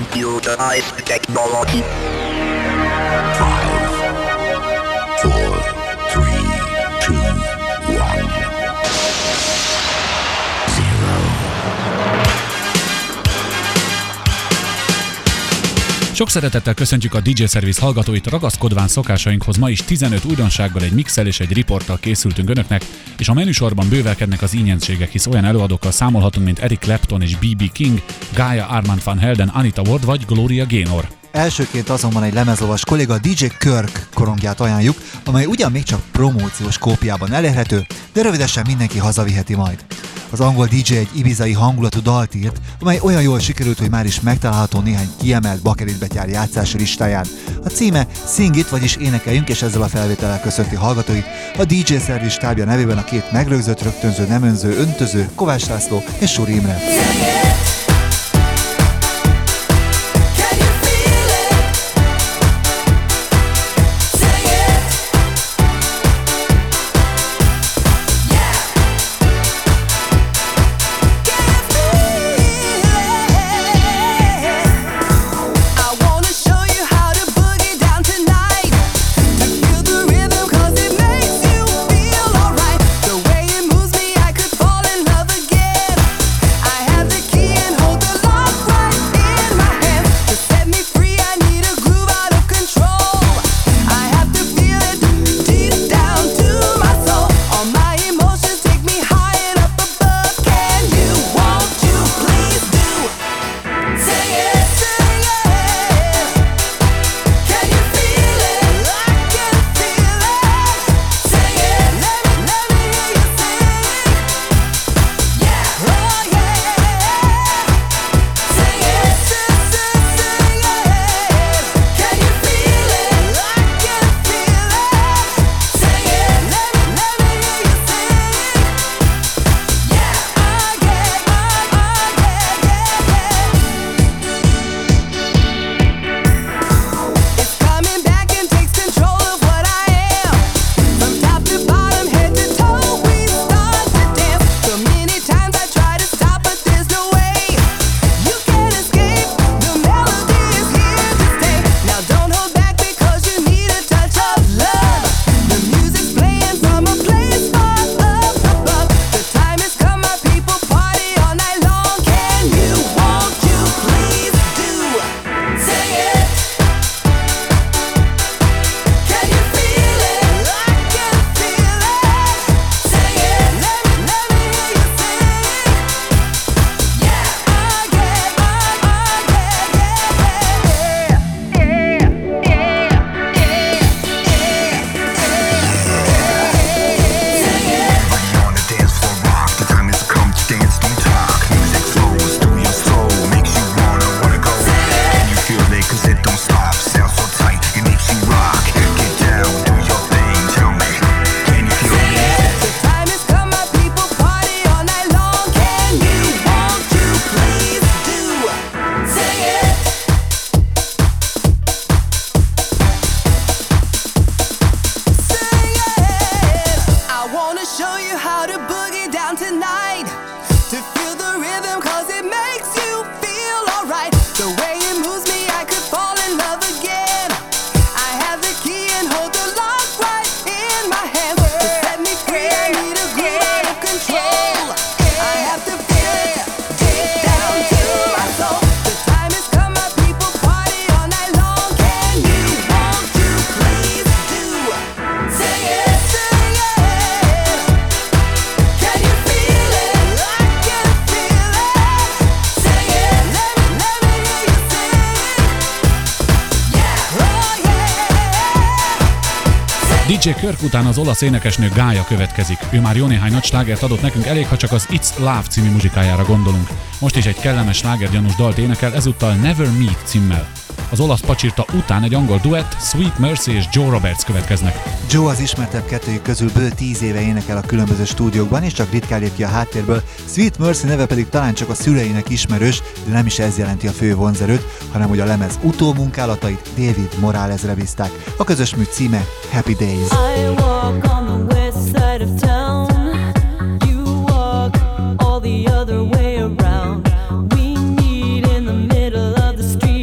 Computerized technology. 5, 4, 3, 2, 1, 0. Sok szeretettel köszöntjük a DJ Service hallgatóit, ragaszkodván szokásainkhoz ma is 15 újdonsággal, egy mixel és egy riporttal készültünk önöknek, és a menüsorban bővelkednek az ingyenségek, hisz olyan előadókkal számolhatunk, mint Eric Clapton és B.B. King, Gaia Armand van Helden, Anita Ward vagy Gloria Gaynor. Elsőként azonban egy lemezolvas kolléga DJ Kirk korongját ajánljuk, amely ugyan még csak promóciós kópiában elérhető, de rövidesen mindenki hazaviheti majd. Az angol DJ egy ibizai hangulatú dalt írt, amely olyan jól sikerült, hogy már is megtalálható néhány kiemelt bakeritbetyár játszási listáján. A címe Sing It, vagyis énekeljünk, és ezzel a felvétellel köszönti hallgatóit a DJ Service stábja nevében a két megrögzött, rögtönző, nem önző, öntöző, Kovács László és Suri Imre. DJ Kirk után az olasz énekesnő Gaia következik. Ő már jó néhány nagy slágert adott nekünk, elég ha csak az It's Love című muzsikájára gondolunk. Most is egy kellemes slágergyanús dalt énekel, ezúttal Never Meet címmel. Az olasz pacsirta után egy angol duett, Sweet Mercy és Joe Roberts következnek. Joe az ismertebb kettőjük közül bő 10 éve énekel a különböző stúdiókban, és csak ritkán lép ki a háttérből. Sweet Mercy neve pedig talán csak a szüleinek ismerős, de nem is ez jelenti a fő vonzerőt, hanem hogy a lemez utómunkálatait David Moralesre bízták. A közös mű címe Happy Days. I walk on the west side of town. You walk all the other way around. We meet in the middle of the street.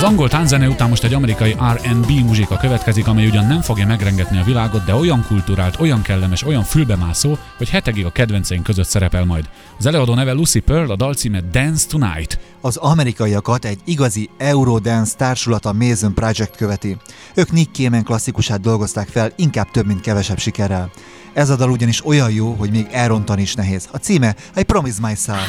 Az angol tánzene után most egy amerikai R&B muzsika következik, amely ugyan nem fogja megrengetni a világot, de olyan kulturált, olyan kellemes, olyan fülbemászó, hogy hetekig a kedvenceink között szerepel majd. Az előadó neve Lucy Pearl, a dal címe Dance Tonight. Az amerikaiakat egy igazi Eurodance társulat, a Mason Project követi. Ők Nick Cayman klasszikusát dolgozták fel, inkább több, mint kevesebb sikerrel. Ez a dal ugyanis olyan jó, hogy még elrontani is nehéz. A címe I Promise Myself.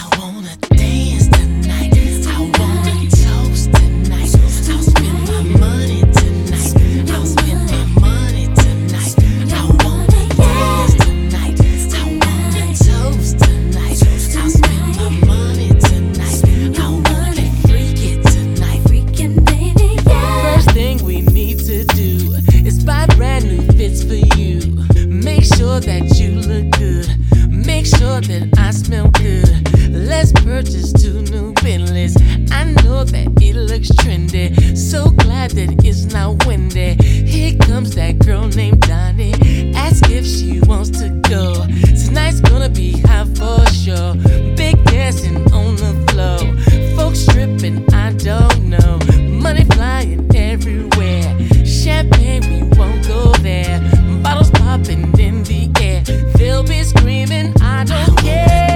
That you look good, make sure that I smell good. Let's purchase 2 new Bentleys. I know that it looks trendy, so glad that it's not windy. Here comes that girl named Donnie, ask if she wants to go. Tonight's gonna be hot for sure. Big dancing on the floor, folks tripping, I don't know. Money flying everywhere, champagne, we won't go there. Bottles popping in the air, they'll be screaming, I don't care.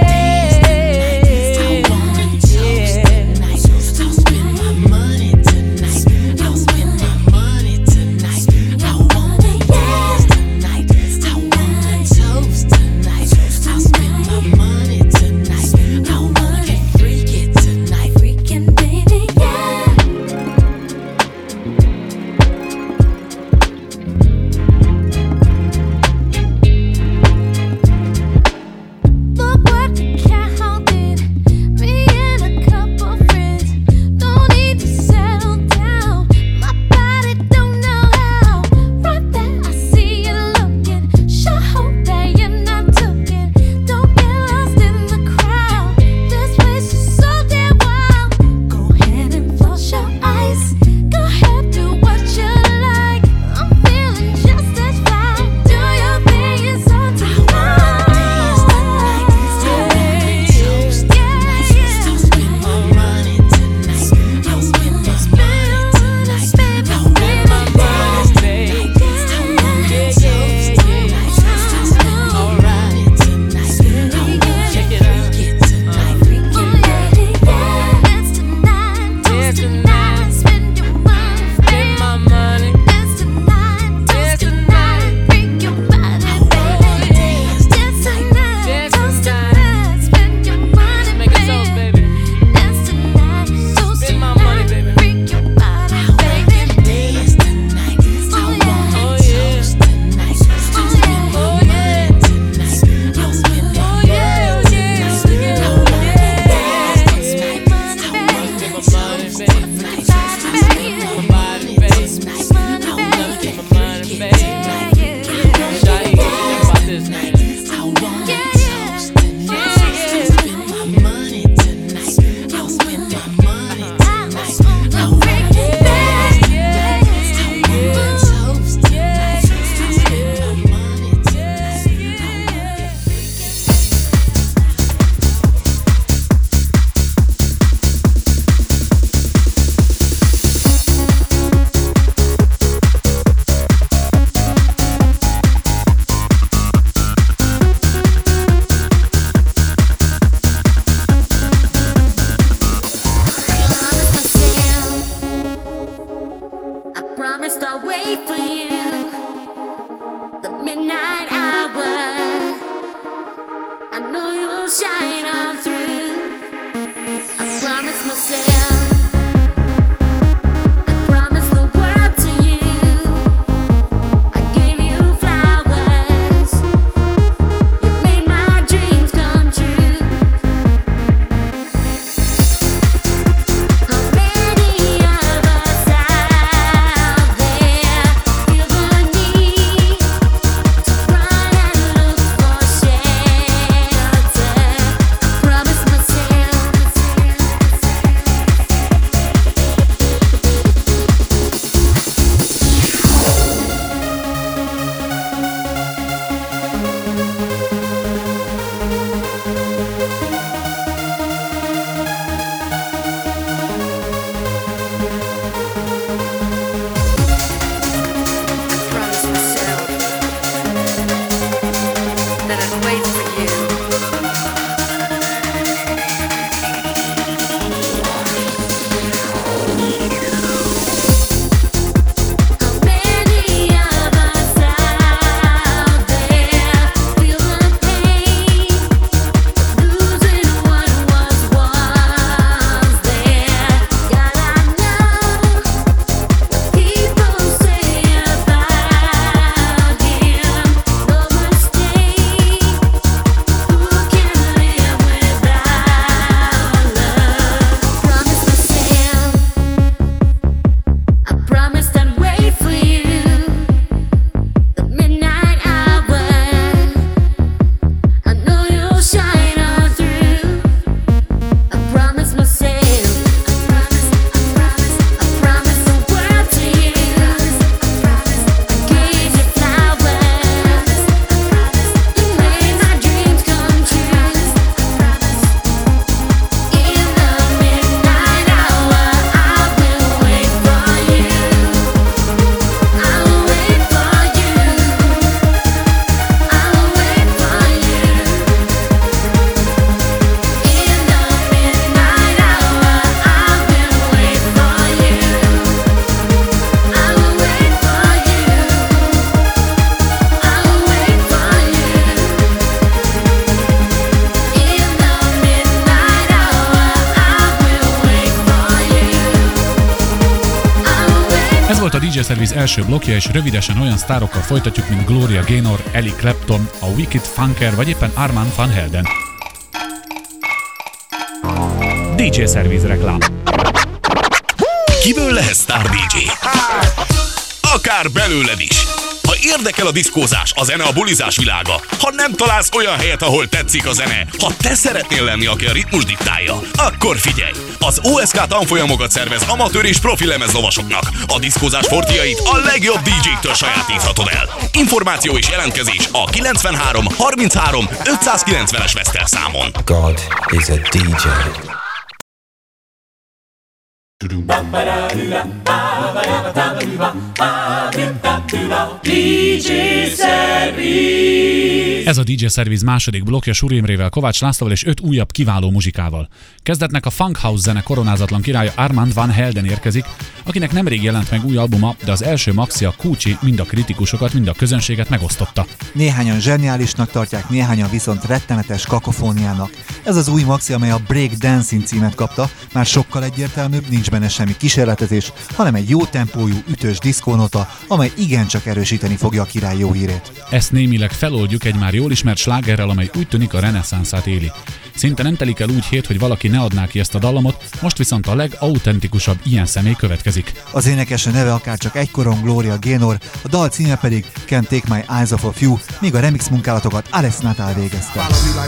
volt a DJ Service első blokja, és rövidesen olyan sztárokkal folytatjuk, mint Gloria Gaynor, Eric Clapton, a Wicked Funker, vagy éppen Armand van Helden. DJ Service reklám. Kiből lehet sztár DJ? Akár belőled is. Ha érdekel a diszkózás, a zene, a bulizás világa, ha nem találsz olyan helyet, ahol tetszik a zene, ha te szeretnél lenni, aki a ritmus diktálja, akkor figyelj! Az OSK tanfolyamokat szervez amatőr és profi lemezlovasoknak. A diszkózás fortiait a legjobb DJ-któl sajátíthatod el. Információ és jelentkezés a 93 33 590-es Veszter számon. God is a DJ. Ez a DJ Service második blokkja Suri Imrével, Kovács Lászlóval és 5 újabb kiváló muzsikával. Kezdetnek a Funk House zene koronázatlan királya Armand van Helden érkezik, akinek nemrég jelent meg új albuma, de az első maxia Kucsi mind a kritikusokat, mind a közönséget megosztotta. Néhányan zseniálisnak tartják, néhányan viszont rettenetes kakofóniának. Ez az új maxi, amely a Break Dancing címet kapta, már sokkal egyértelműbb, nincs benne semmi kísérletezés, hanem egy jó tempójú, ütős diszkónota, amely igencsak erősíteni fogja a király jó hírét. Ezt némileg feloldjuk egy már jól ismert slágerrel, amely úgy tűnik a reneszánszát éli. Szinte nem telik el úgy hét, hogy valaki ne adná ki ezt a dallamot, most viszont a legautentikusabb ilyen személy következik. Az énekesnő neve akárcsak egykoron Gloria Gaynor, a dal címe pedig Can't Take My Eyes Off of You, míg a remix munkálatokat Alex Natal végezte.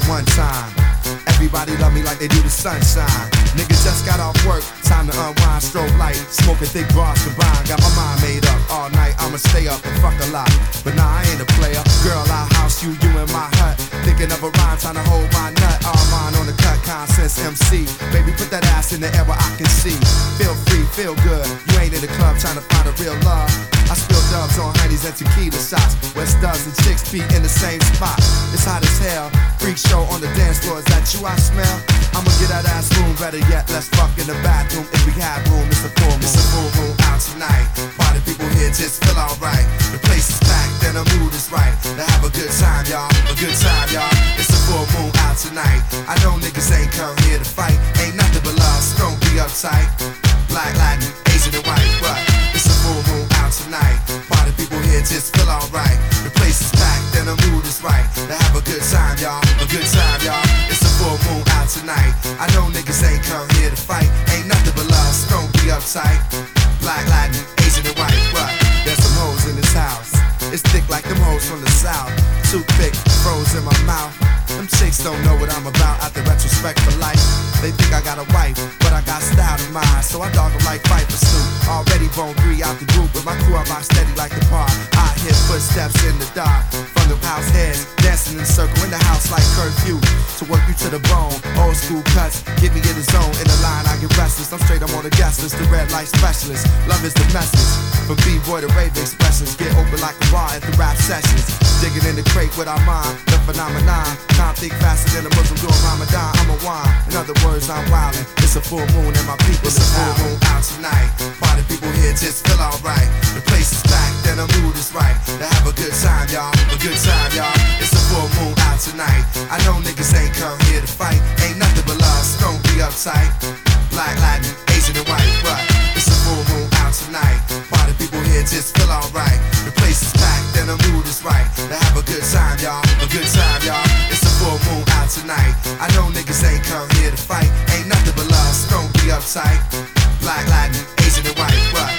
Everybody love me like they do the sunshine. Nigga just got off work, time to unwind, strobe light, smoking thick bars combined. Got my mind made up all night, I'ma stay up and fuck a lot. But nah, I ain't a player. Girl, I'll house you in my hut. Thinking of a rhyme, trying to hold my nut. All mine on the cut, Consense MC. Baby, put that ass in the air where I can see. Feel free, feel good. You ain't in the club trying to find a real love. I spill dubs on honeys and tequila shots. West Dubs and chicks be in the same spot. It's hot as hell. Freak show on the dance floor. Is that you I smell? I'ma get that ass room. Better yet, let's fuck in the bathroom. If we have room, it's a full moon. It's a full moon out tonight. Party people here just feel alright. The place is packed and the mood is right. To have a good time, y'all. A good time, y'all. It's a full moon out tonight. I know niggas ain't come here to fight. Ain't nothing but love, so don't be uptight. Black, Latin, Asian and white, but it's a full moon out tonight. Party people here just feel alright. The place is packed and the mood is right. To have a good time, y'all. A good time, y'all. It's a full moon out tonight. I know niggas ain't come here to fight. Ain't nothing but love, so don't be uptight. Black, Latin, Asian and white, but there's some hoes in this house. It's thick like them hoes from the south. Too thick, froze in my mouth. Them chicks don't know what I'm about. Out the retrospect for life. They think I got a wife, but I got style in mind. So I dog them like Piper Snoop. Already bone 3 out the group. With my crew I rock steady like the par. I hear footsteps in the dark. From the house heads, dancing in a circle in the house like curfew. To work you to the bone. Old school cuts, get me in the zone. In the line I get restless. I'm straight, I'm on the guest list. The red light specialist. Love is the message. From B-boy to rave expressions. Get open like a bar at the rap sessions. Digging in the crate with our mind. The phenomenon. Can't think faster than a Muslim doing Ramadan. I'm a wine. In other words, I'm wildin'. It's a full moon and my people is full moon out tonight. Party people here just feel alright. The place is packed and the mood is right. To have a good time, y'all. A good time, y'all. It's a full moon out tonight. I know niggas ain't come here to fight. Ain't nothing but love, so don't be uptight. Black, Latin, Asian and white, but it's a full moon out tonight. Party people here just feel alright. The place is packed and the mood is right. To have a good time, y'all. A good time, y'all. It's a full moon out tonight. I know niggas ain't come here to fight. Ain't nothing but love, so don't be uptight. Black, Latin, Asian and white, but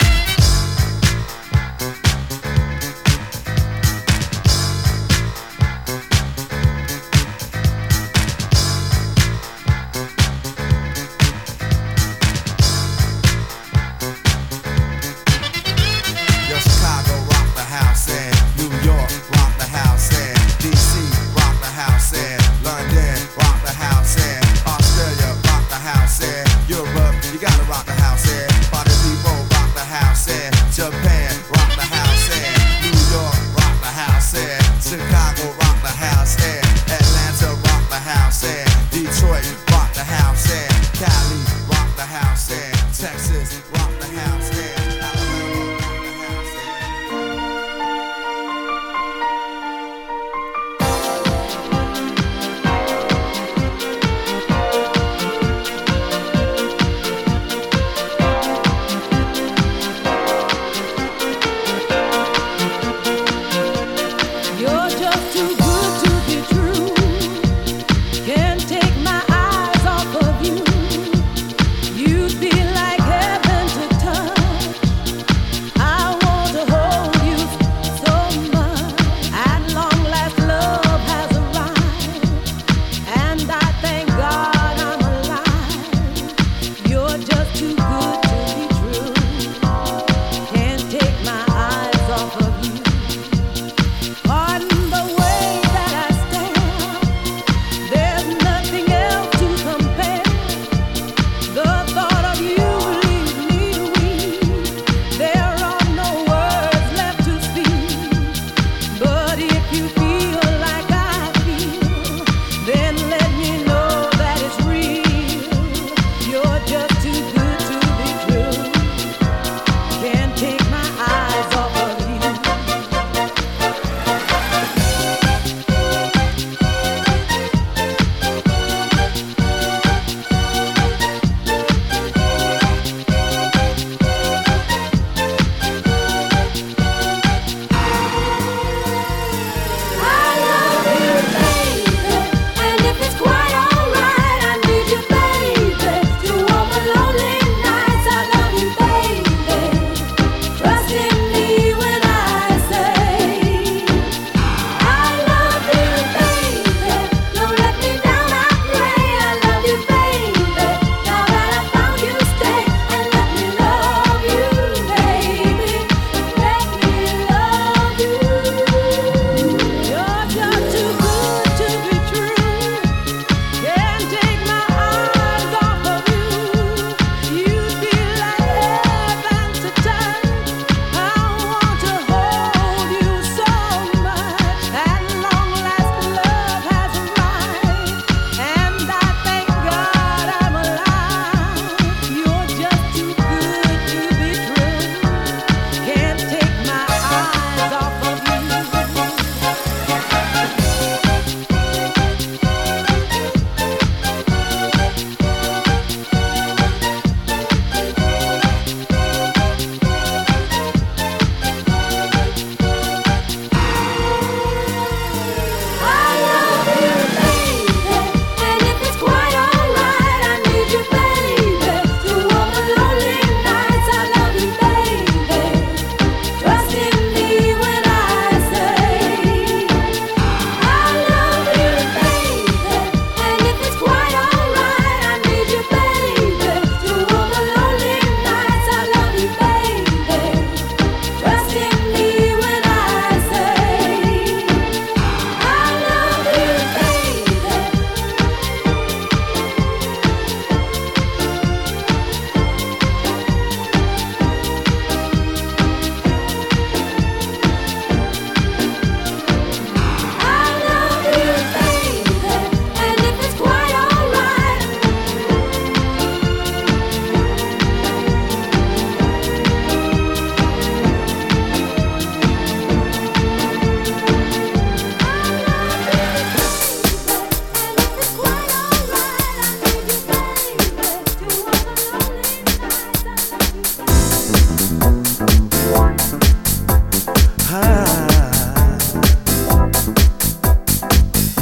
rock the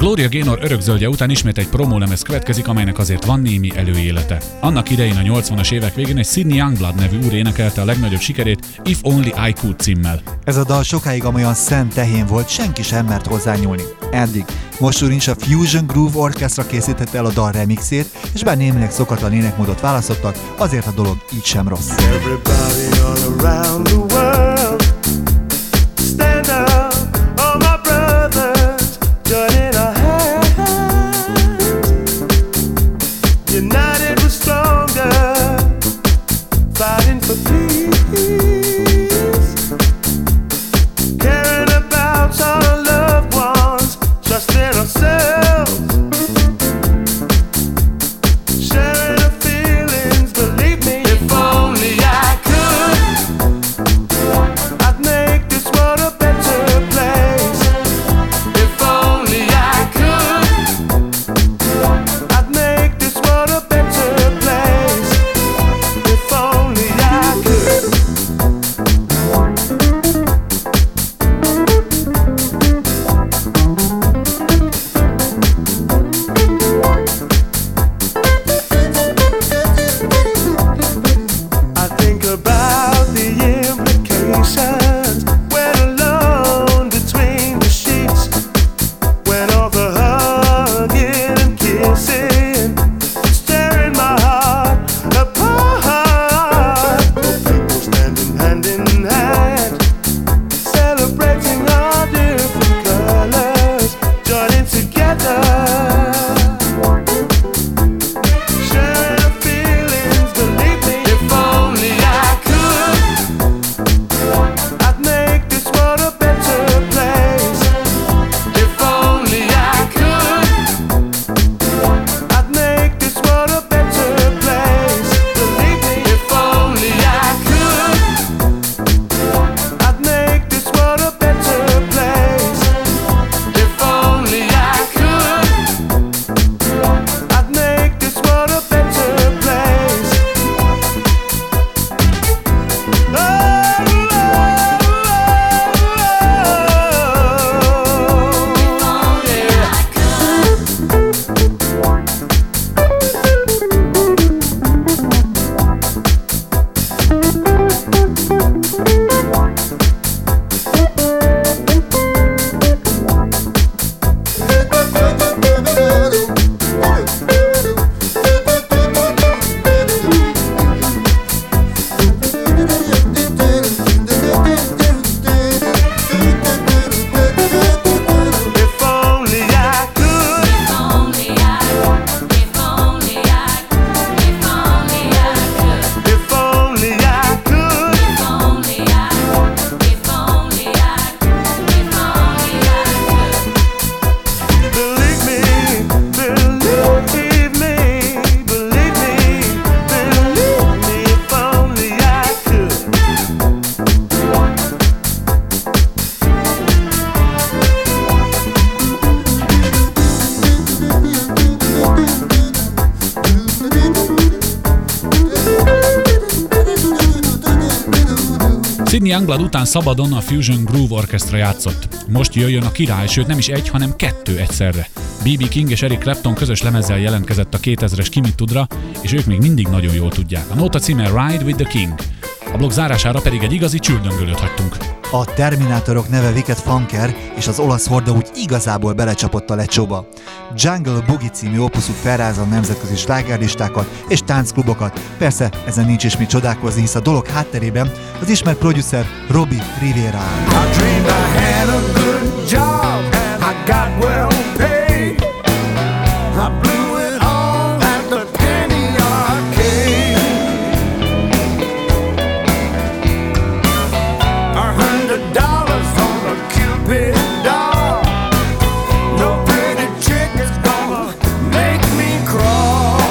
Gloria Gaynor örökzöldje után ismét egy promólemez következik, amelynek azért van némi előélete. Annak idején a 80-as évek végén egy Sydney Youngblood nevű úr énekelte a legnagyobb sikerét If Only I Could címmel. Ez a dal sokáig amolyan szent tehén volt, senki sem mert hozzányúlni. Eddig. Most úrincs a Fusion Groove Orchestra készítette el a dal remixét, és bár némileg szokatlan énekmódot választottak, azért a dolog így sem rossz. Everybody all around the world, stand up, all my brothers, join in our hands. United we're stronger, fighting for peace, caring about our loved ones, trusting ourselves, sharing our feelings, believe me, if only I could, I'd make this world a better place. If only I could, I'd make this world a better place. If only I could. I think about the implications when alone between the sheets, when all the hugging and kissing is tearing my heart apart. People standing hand in hand, celebrating our different colors, joining together, sharing our feelings, believe me, if only I could, I'd make this world a better place. If only I could, I'd make this world a better place. Believe me, if only I could, I'd make this world a better place. If only I could, I'd make this world a better place. If only I could. If only I could. If only I could. If only I could. If only I could. If only I could. If only I could. If only I could. Believe me, believe me, believe me, believe me. If only I could. Sydney Youngblood után szabadon a Fusion Groove Orchestra játszott. Most jöjjön a király, sőt nem is egy, hanem kettő egyszerre. B.B. King és Eric Clapton közös lemezzel jelentkezett a 2000-es Ki mit tudra, és ők még mindig nagyon jól tudják. A nóta címe Ride with the King. A blog zárására pedig egy igazi csürdöngölőt hagytunk. A Terminátorok neve Wicked Funker, és az olasz horda úgy igazából belecsapott a lecsóba. Jungle Boogie című opuszuk felrázza a nemzetközi slágerlistákat és táncklubokat. Persze ezen nincs is mit csodálkozni, hisz a dolog hátterében az ismert producer Robbie Rivera áll. I dreamed I had a good job and I got well paid. I blew it all at the penny arcade. $100 on a Cupid doll. No pretty chick is gonna make me crawl.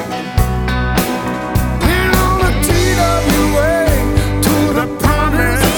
Been on the TWA to the promised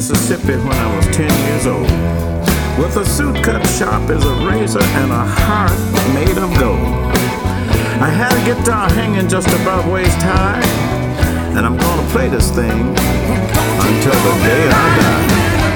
Mississippi when I was 10 years old. With a suit cut sharp as a razor and a heart made of gold. I had a guitar hanging just above waist high, and I'm gonna play this thing until the day I die.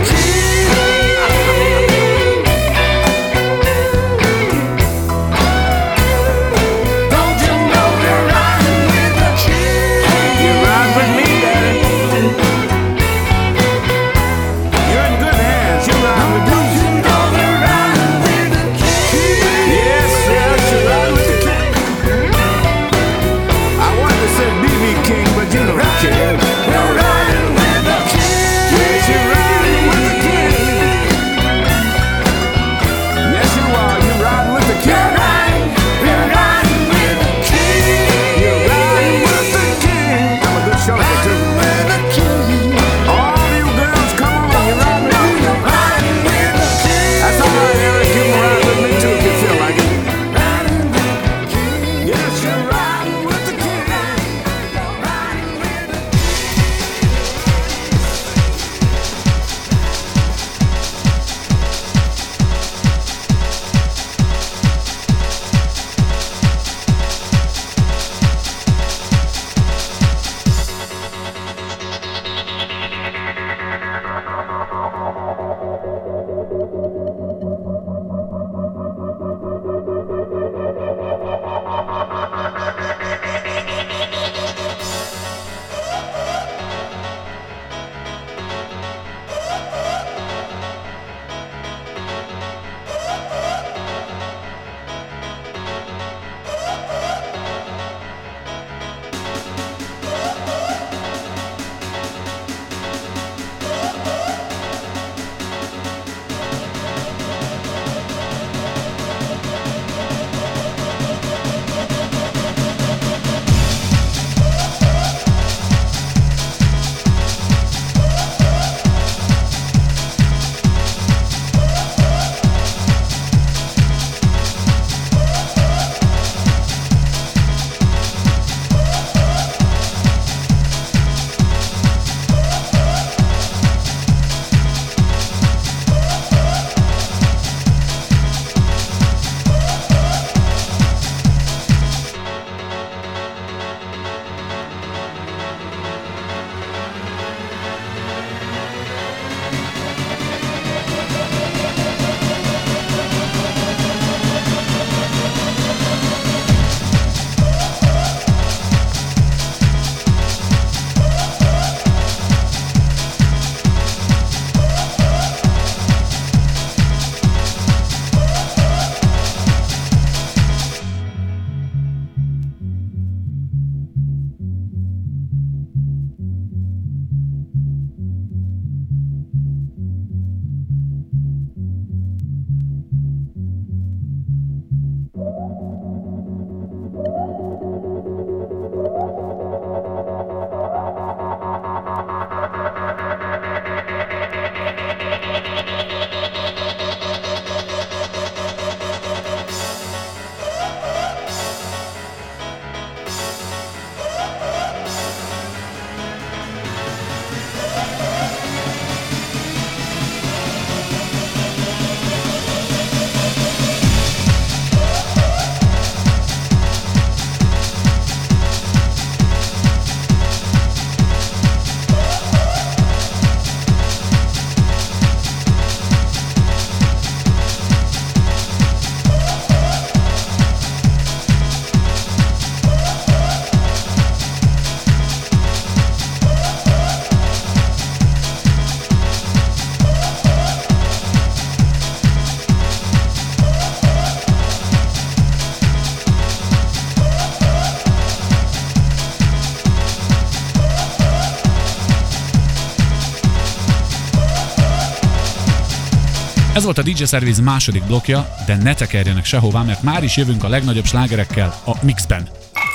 Ez volt a DJ Service második blokja, de ne tekerjenek sehová, mert már is jövünk a legnagyobb slágerekkel a mixben.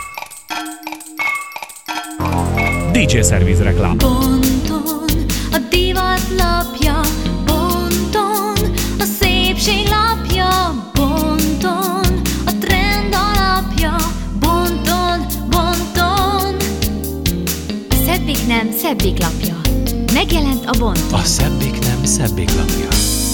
DJ Service reklám. Ponton a divat lapja, ponton a szépség lapja, ponton a trend alapja, ponton, ponton. A szebbik nem szebbik lapja. Megjelent a Klubon. A szebbik nem szebbik lapja.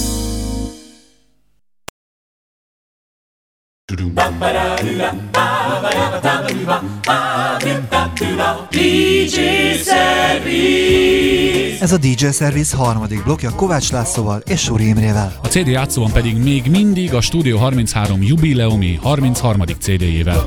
DJ Service. Ez a DJ Service harmadik blokkja Kovács Lászlóval és Suri Imrével. A CD játszóban pedig még mindig a Studio 33 jubileumi 33. CD-jével.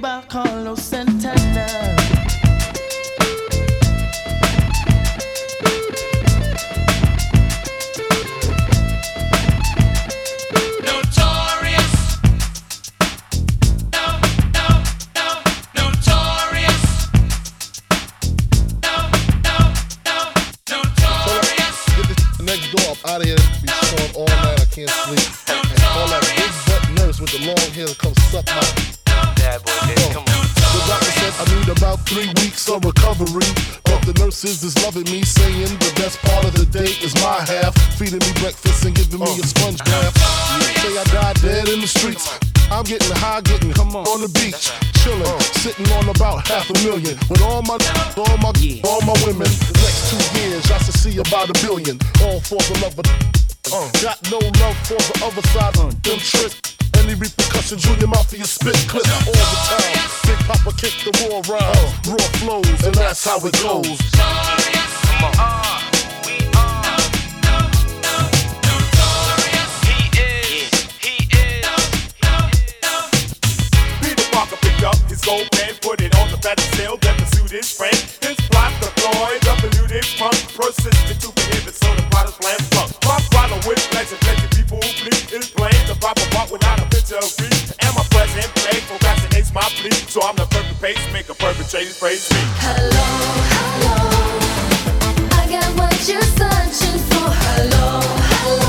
about Carlos Santana. Out of here, be snoring all night, I can't sleep. And all that big butt nurse with the long hair come suck my. Bad boy, baby, come on. The doctor said I need about 3 weeks of recovery. But the nurses is loving me, saying the best part of the day is my half. Feeding me breakfast and giving me a sponge bath. Say I died dead in the streets. I'm getting high, getting on the beach, chilling, sitting on about $500,000 with all my women. The next 2 years, I should see about $1 billion. All for the love of got no love for the other side of them tricks. Any repercussions on your mouth for your spit clip all the time. Big Papa kick the raw rhymes, raw flows, and that's how it goes. His gold pen, put it on the battlefield, then pursued his friend. His plot deployed, deluded punk, persisted to prohibit so the plotter's plan flunk. My problem with pleasure, plenty people who plead is blame the proper part without a picture of me. And my present play procrastinates my plea, so I'm the perfect pacemaker, perpetrators praise me. Hello, hello, I got what you're searching for. Hello, hello.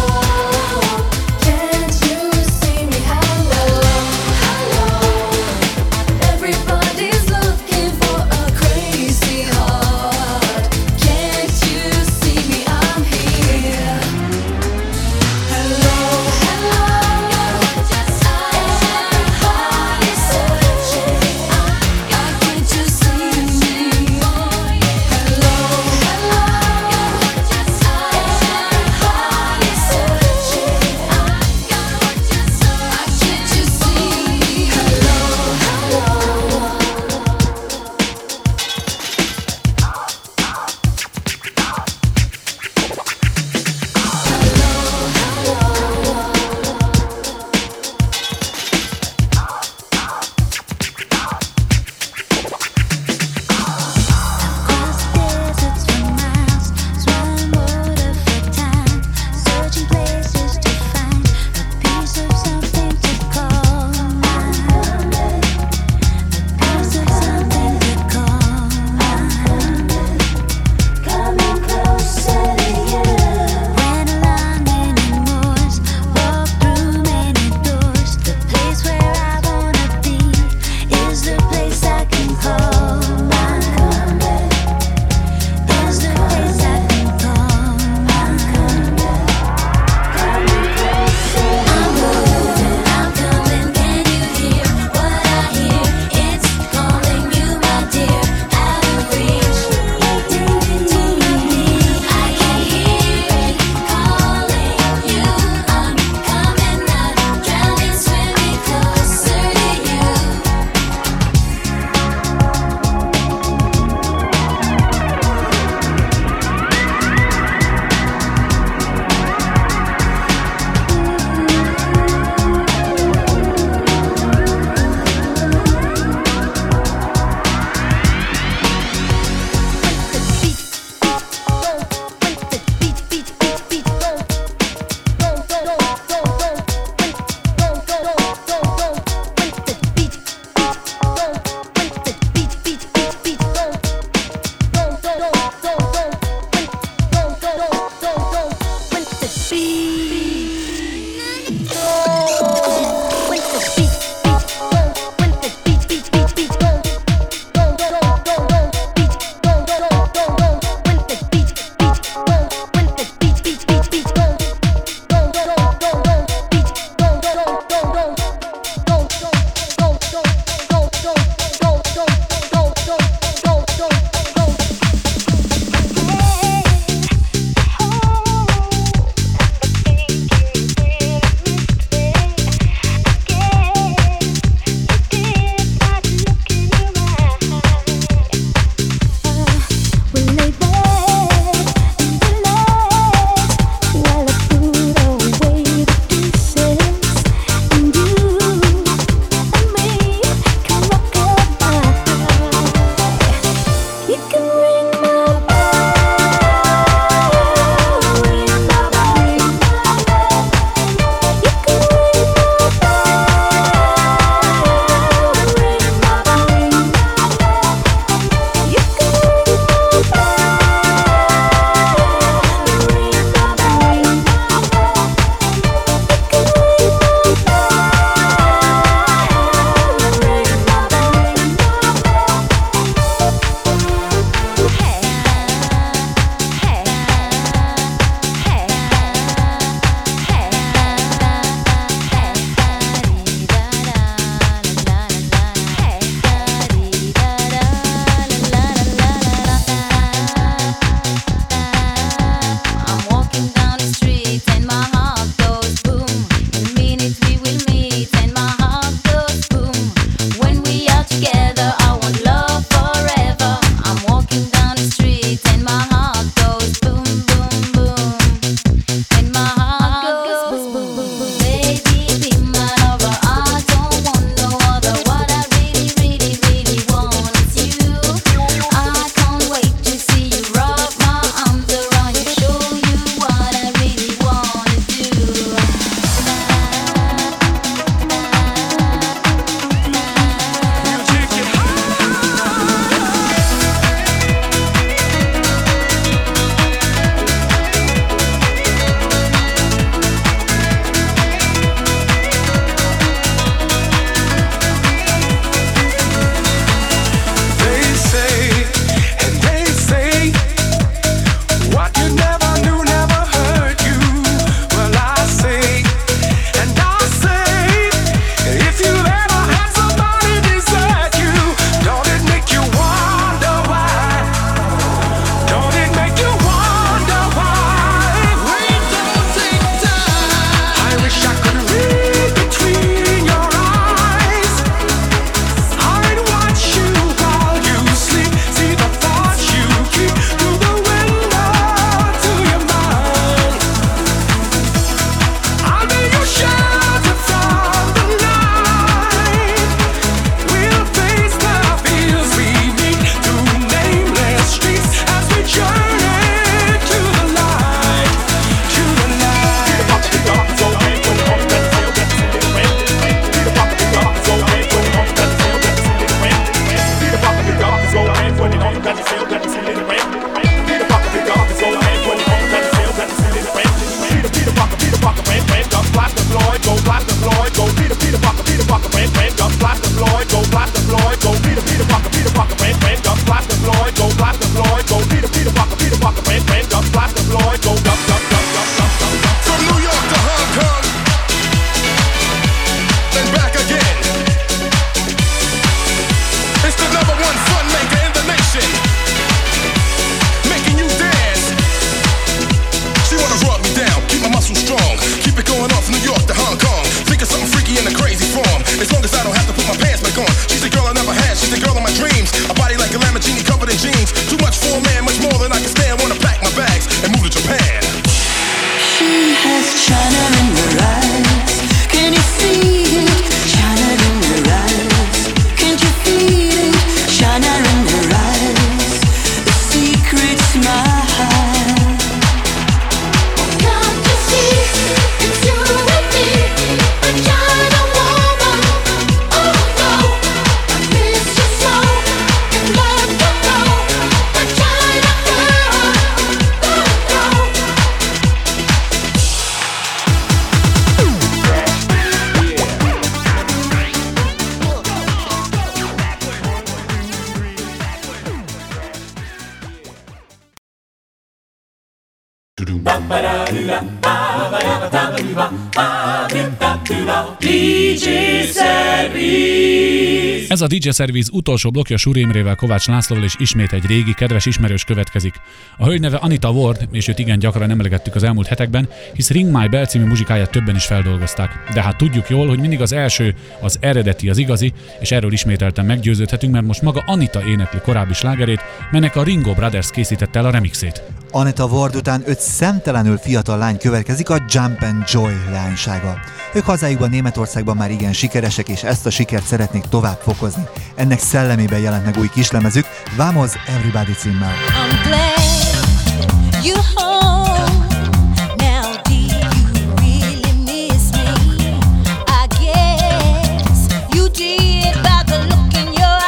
DJ Service. Ez a DJ Service utolsó blokja Súri Imrével, Kovács Lászlóval, és ismét egy régi, kedves ismerős következik. A hölgy neve Anita Ward, és őt igen gyakran emlegettük az elmúlt hetekben, hisz Ring My Bell című muzsikáját többen is feldolgozták. De hát tudjuk jól, hogy mindig az első, az eredeti, az igazi, és erről ismételten meggyőződhetünk, mert most maga Anita énekli korábbi slágerét, melynek a Ringo Brothers készítette el a remixét. Anita Ward után 5 szemtelenül fiatal lány következik a Jump and Joy leánysága. Ők hazájukban, Németországban már igen sikeresek, és ezt a sikert szeretnék tovább fokozni. Ennek szellemében jelent meg új kislemezük, Vamos Everybody címmel. I'm glad you're home. Now do you really miss me? I guess you did by the look in your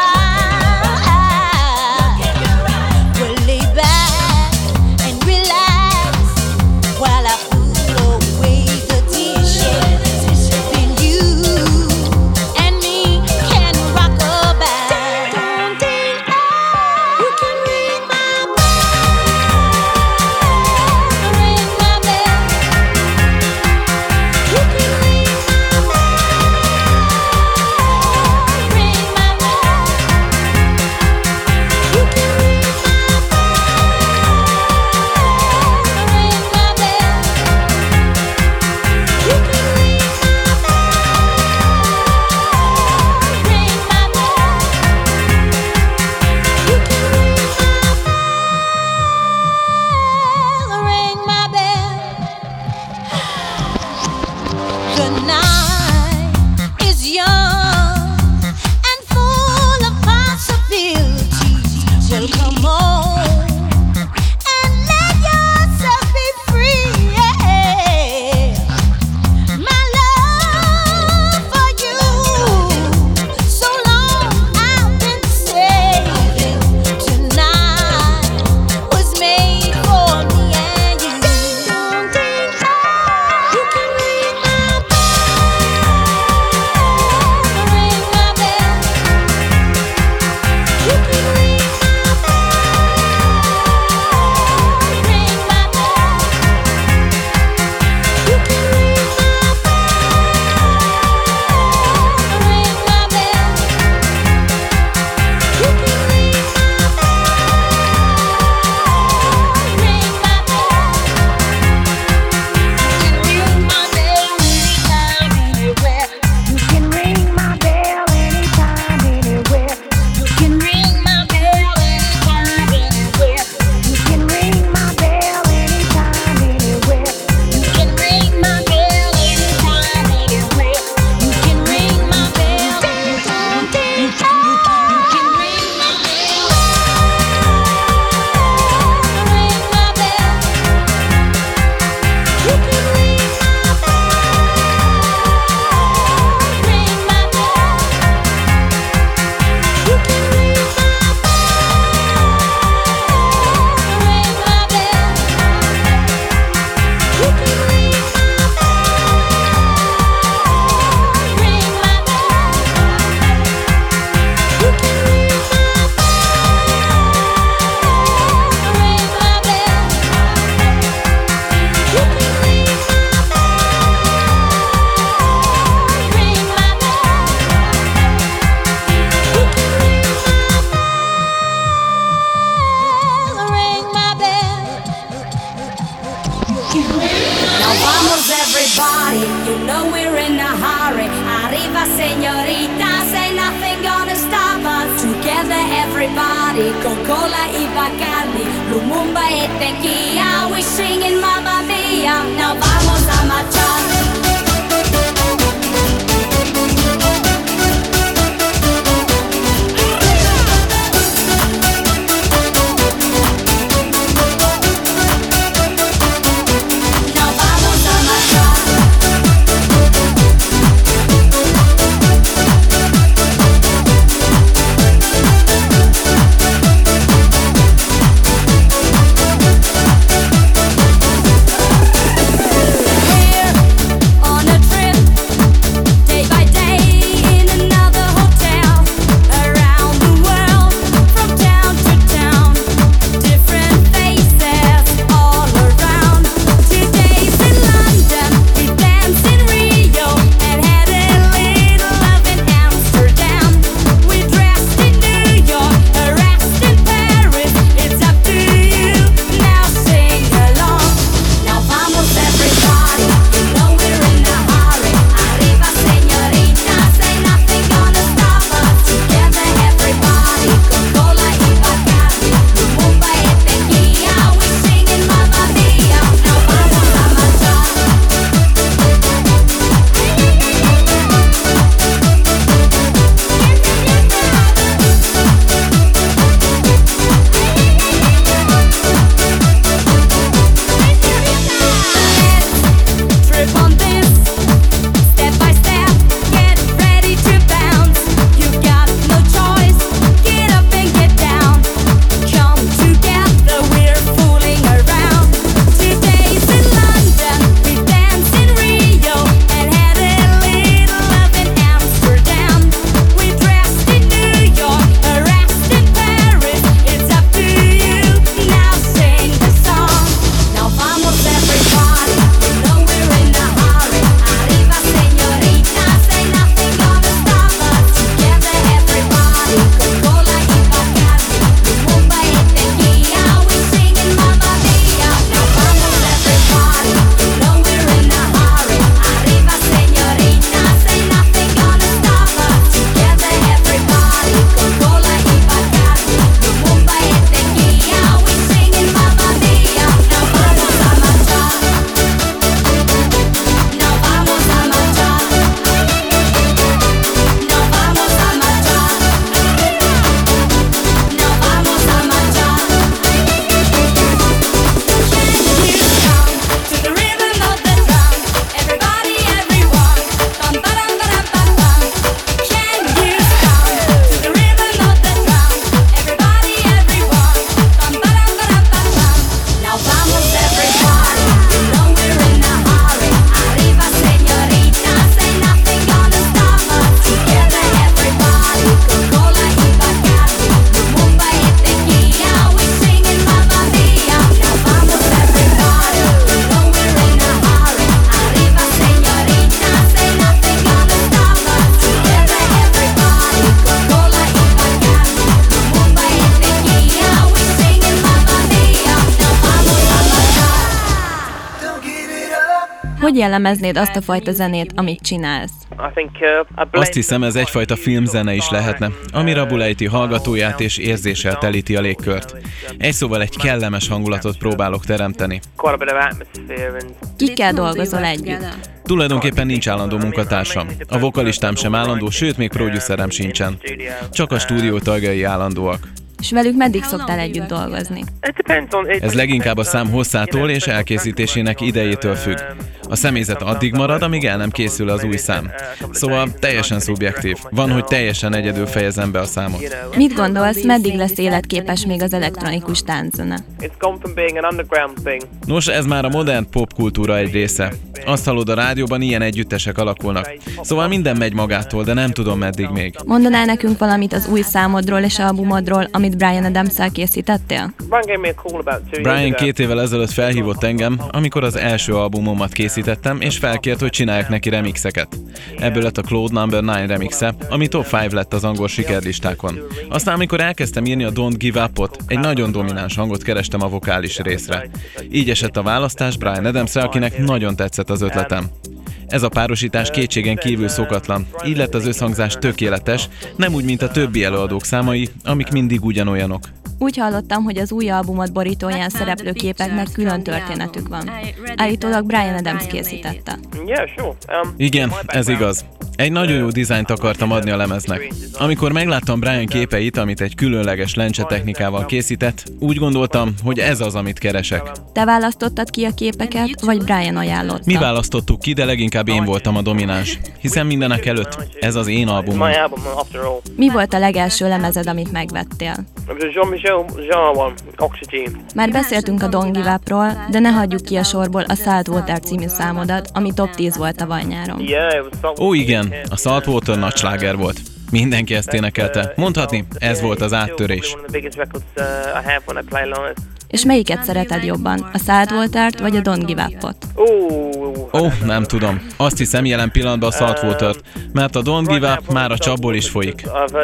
eye. Well, lay back and relax while I put away the dishes. Then you and me can rock about. You can ring my everybody, you know we're in a hurry. Arriva señorita, say nothing gonna stop us. Together everybody, Coca-Cola y Bacardi, Lumumba y Tequila, we singing Mamma Mia. Now vamos a marchar. Hogy jellemeznéd azt a fajta zenét, amit csinálsz? Azt hiszem, ez egyfajta filmzene is lehetne, ami rabul ejti hallgatóját és érzéssel telíti a légkört. Egy szóval egy kellemes hangulatot próbálok teremteni. Kikkel dolgozol együtt? Tulajdonképpen nincs állandó munkatársam. A vokalistám sem állandó, sőt, még producerem sincsen. Csak a stúdió tagjai állandóak. És velük meddig szoktál együtt dolgozni? Ez leginkább a szám hosszától és elkészítésének idejétől függ. A személyzet addig marad, amíg el nem készül az új szám. Szóval teljesen szubjektív. Van, hogy teljesen egyedül fejezem be a számot. Mit gondolsz, meddig lesz életképes még az elektronikus tánczene? Nos, ez már a modern popkultúra egy része. Azt hallod, a rádióban ilyen együttesek alakulnak. Szóval minden megy magától, de nem tudom meddig még. Mondanál nekünk valamit az új számodról és albumodról, amit Bryan Adams-szel készítettél? Bryan 2 évvel ezelőtt felhívott engem, amikor az első albumomat készítettem, és felkért, hogy csináljak neki remixeket. Ebből lett a Cloud No. 9 remixe, ami top 5 lett az angol sikerlistákon. Aztán, amikor elkezdtem írni a Don't Give Up-ot, egy nagyon domináns hangot kerestem a vokális részre. Így esett a választás Bryan Adamsre, akinek nagyon tetszett az ötletem. Ez a párosítás kétségen kívül szokatlan, így lett az összhangzás tökéletes, nem úgy, mint a többi előadók számai, amik mindig ugyanolyanok. Úgy hallottam, hogy az új albumod borítóján szereplő képeknek külön történetük van. Állítólag Bryan Adams készítette. Igen, ez igaz. Egy nagyon jó dizájnt akartam adni a lemeznek. Amikor megláttam Bryan képeit, amit egy különleges lencse technikával készített, úgy gondoltam, hogy ez az, amit keresek. Te választottad ki a képeket, vagy Bryan ajánlotta? Mi választottuk ki, de leginkább én voltam a domináns. Hiszen mindenek előtt ez az én albumom. Mi volt a legelső lemezed, amit megvettél? Már beszéltünk a Don't Give Up-ról, de ne hagyjuk ki a sorból a Saltwater című számodat, ami top 10 volt tavaly nyáron. Ó, igen, a Saltwater nagy sláger volt. Mindenki ezt énekelte. Mondhatni, ez volt az áttörés. És melyiket szereted jobban? A Saltwatert vagy a Don't Give Up-ot? Nem tudom. Azt hiszem jelen pillanatban a Saltwatert, mert a Don't Give Up már a csapból is folyik.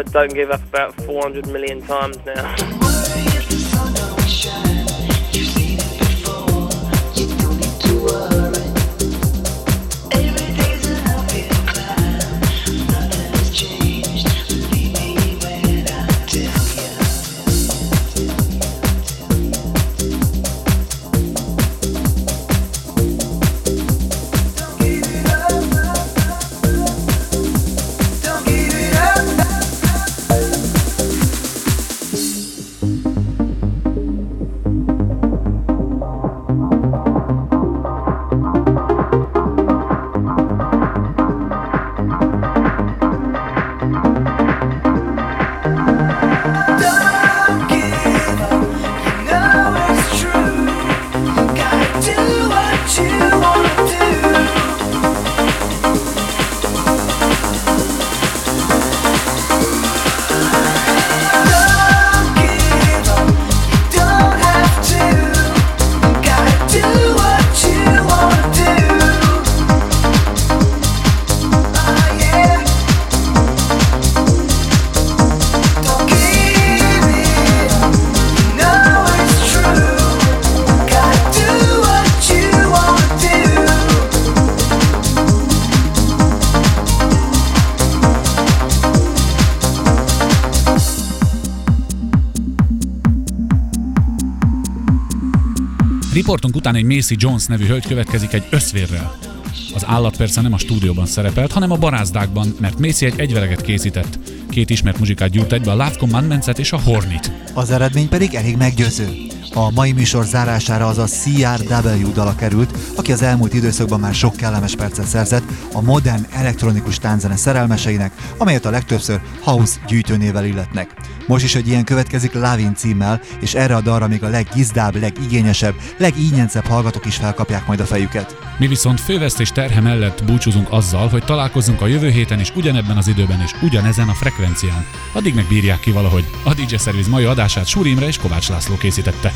Riportunk után egy Macy Jones nevű hölgy következik egy összvérrel. Az állat persze nem a stúdióban szerepelt, hanem a barázdákban, mert Macy egy egyveleget készített. 2 ismert muzsikát gyújt egybe, a Love Commandments-et és a Hornet. Az eredmény pedig elég meggyőző. A mai műsor zárására az a CRW dala került, aki az elmúlt időszakban már sok kellemes percet szerzett a modern elektronikus tánczene szerelmeseinek, amelyet a legtöbbször house gyűjtőnével illetnek. Most is egy ilyen következik Lavin címmel, és erre a dalra még a leggizdább, legigényesebb, legígyencebb hallgatók is felkapják majd a fejüket. Mi viszont fővesztés terhe mellett búcsúzunk azzal, hogy találkozzunk a jövő héten is ugyanebben az időben és ugyanezen a frekvencián. Addig meg bírják ki valahogy. A DJ Service mai adását Súr Imre és Kovács László készítette.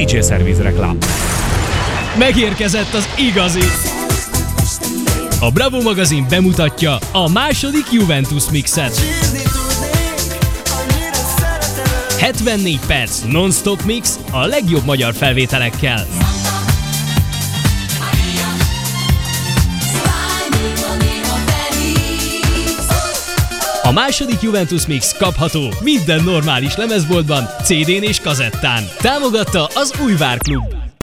DJ Service reklám. Megérkezett az igazi! A Bravo magazin bemutatja a második Juventus mixet. 74 perc non-stop mix a legjobb magyar felvételekkel. A második Juventus mix kapható minden normális lemezboltban, CD-n és kazettán. Támogatta az Újvár Klub.